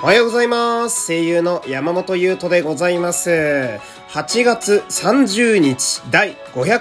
おはようございます。声優の山本優斗でございます。8月30日第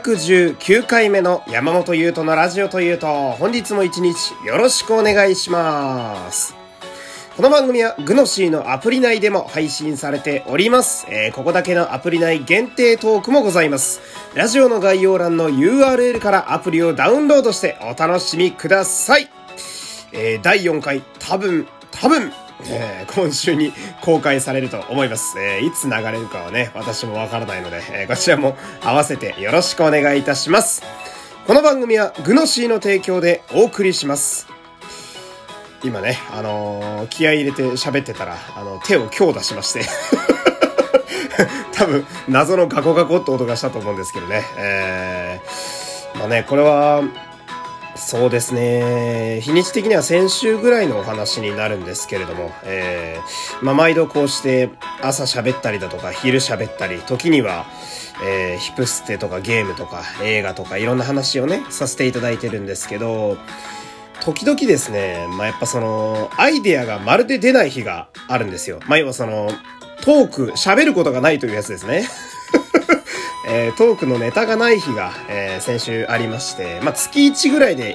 519回目の山本優斗のラジオというと、本日も一日よろしくお願いします。この番組はグノシーのアプリ内でも配信されております。ここだけのアプリ内限定トークもございます。ラジオの概要欄の URL からアプリをダウンロードしてお楽しみください。第4回多分今週に公開されると思います。いつ流れるかはね、私もわからないので、こちらも合わせてよろしくお願いいたします。この番組はグノシーの提供でお送りします。今ね、気合い入れて喋ってたら、手を強打しまして。多分、謎のガコガコって音がしたと思うんですけどね。まあね、これは、そうですね。日にち的には先週ぐらいのお話になるんですけれども、毎度こうして朝喋ったりだとか昼喋ったり、時には、ヒプステとかゲームとか映画とかいろんな話をね、させていただいてるんですけど、時々ですね、やっぱアイデアがまるで出ない日があるんですよ。要はトーク、喋ることがないというやつですね。トークのネタがない日が、先週ありまして、月1ぐらいで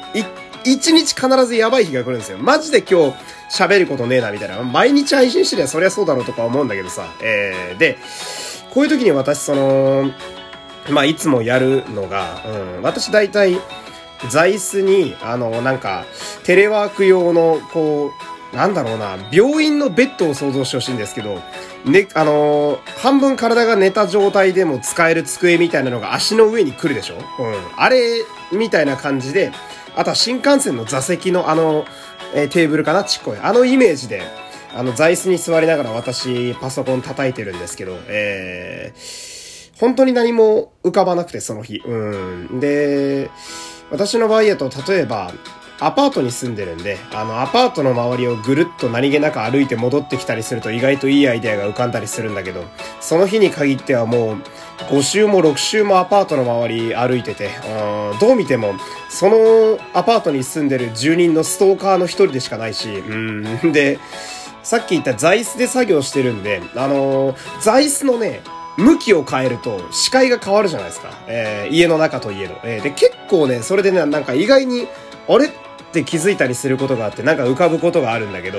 1日必ずやばい日が来るんですよ。マジで今日喋ることねえなみたいな。毎日配信してりゃそりゃそうだろうとか思うんだけどさ。で、こういう時に私いつもやるのが、私大体座椅子に、テレワーク用の、病院のベッドを想像してほしいんですけど、ね、半分体が寝た状態でも使える机みたいなのが足の上に来るでしょ？あれ、みたいな感じで、あとは新幹線の座席のテーブルかな？ちっこい。イメージで、座椅子に座りながら私、パソコン叩いてるんですけど、本当に何も浮かばなくて、その日。で、私の場合だと、例えば、アパートに住んでるんで、アパートの周りをぐるっと何気なく歩いて戻ってきたりすると意外といいアイデアが浮かんだりするんだけど、その日に限ってはもう5周も6周もアパートの周り歩いてて、どう見てもそのアパートに住んでる住人のストーカーの一人でしかないし、で、さっき言った座椅子で作業してるんで、座椅子のね、向きを変えると視界が変わるじゃないですか。家の中といえど。で、結構ね、それでね、意外に、あれって気づいたりすることがあって、浮かぶことがあるんだけど、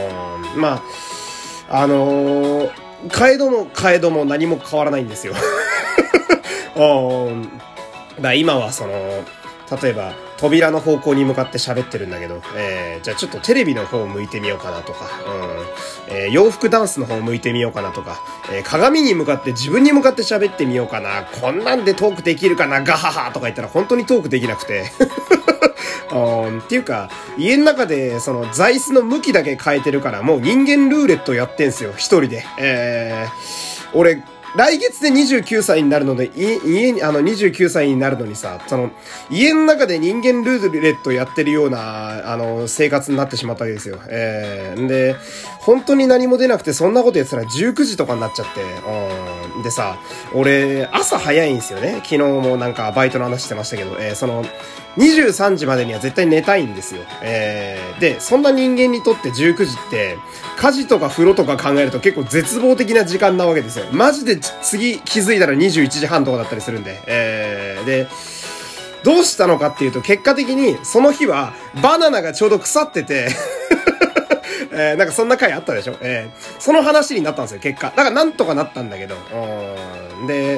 変えども何も変わらないんですよ。今は例えば、扉の方向に向かって喋ってるんだけど、じゃあちょっとテレビの方を向いてみようかなとか、洋服ダンスの方を向いてみようかなとか、鏡に向かって自分に向かって喋ってみようかな、こんなんでトークできるかな、ガハハとか言ったら本当にトークできなくて。っていうか、家の中で座椅子の向きだけ変えてるから、もう人間ルーレットやってんすよ、一人で。俺、来月で29歳になるので、29歳になるのにさ、家の中で人間ルーレットやってるような、生活になってしまったわけですよ。で、本当に何も出なくて、そんなことやってたら19時とかになっちゃって、でさ、俺、朝早いんですよね。昨日もバイトの話してましたけど、23時までには絶対寝たいんですよ。で、そんな人間にとって19時って、家事とか風呂とか考えると結構絶望的な時間なわけですよ。マジで次気づいたら21時半とかだったりするんで。で、どうしたのかっていうと、結果的にその日はバナナがちょうど腐ってて、そんな回あったでしょ。その話になったんですよ、結果。だからなんとかなったんだけど。で、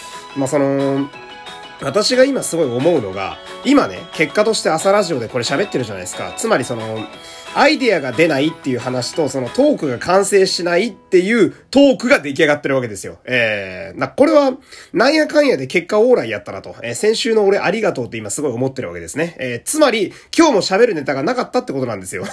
私が今すごい思うのが、今ね、結果として朝ラジオでこれ喋ってるじゃないですか。つまりアイデアが出ないっていう話と、トークが完成しないっていうトークが出来上がってるわけですよ。これは、なんやかんやで結果オーライやったなと。先週の俺ありがとうって今すごい思ってるわけですね。つまり、今日も喋るネタがなかったってことなんですよ。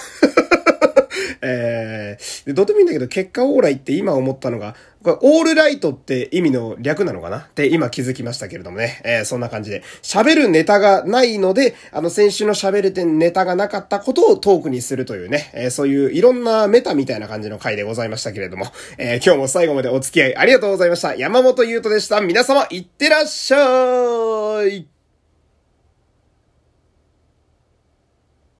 どうでもいいんだけど、結果オーライって今思ったのが、これオールライトって意味の略なのかなって今気づきましたけれどもね。そんな感じで。喋るネタがないので、先週の喋れてネタがなかったことをトークにするというね、そういういろんなメタみたいな感じの回でございましたけれども、今日も最後までお付き合いありがとうございました。山本優斗でした。皆様、いってらっしゃい。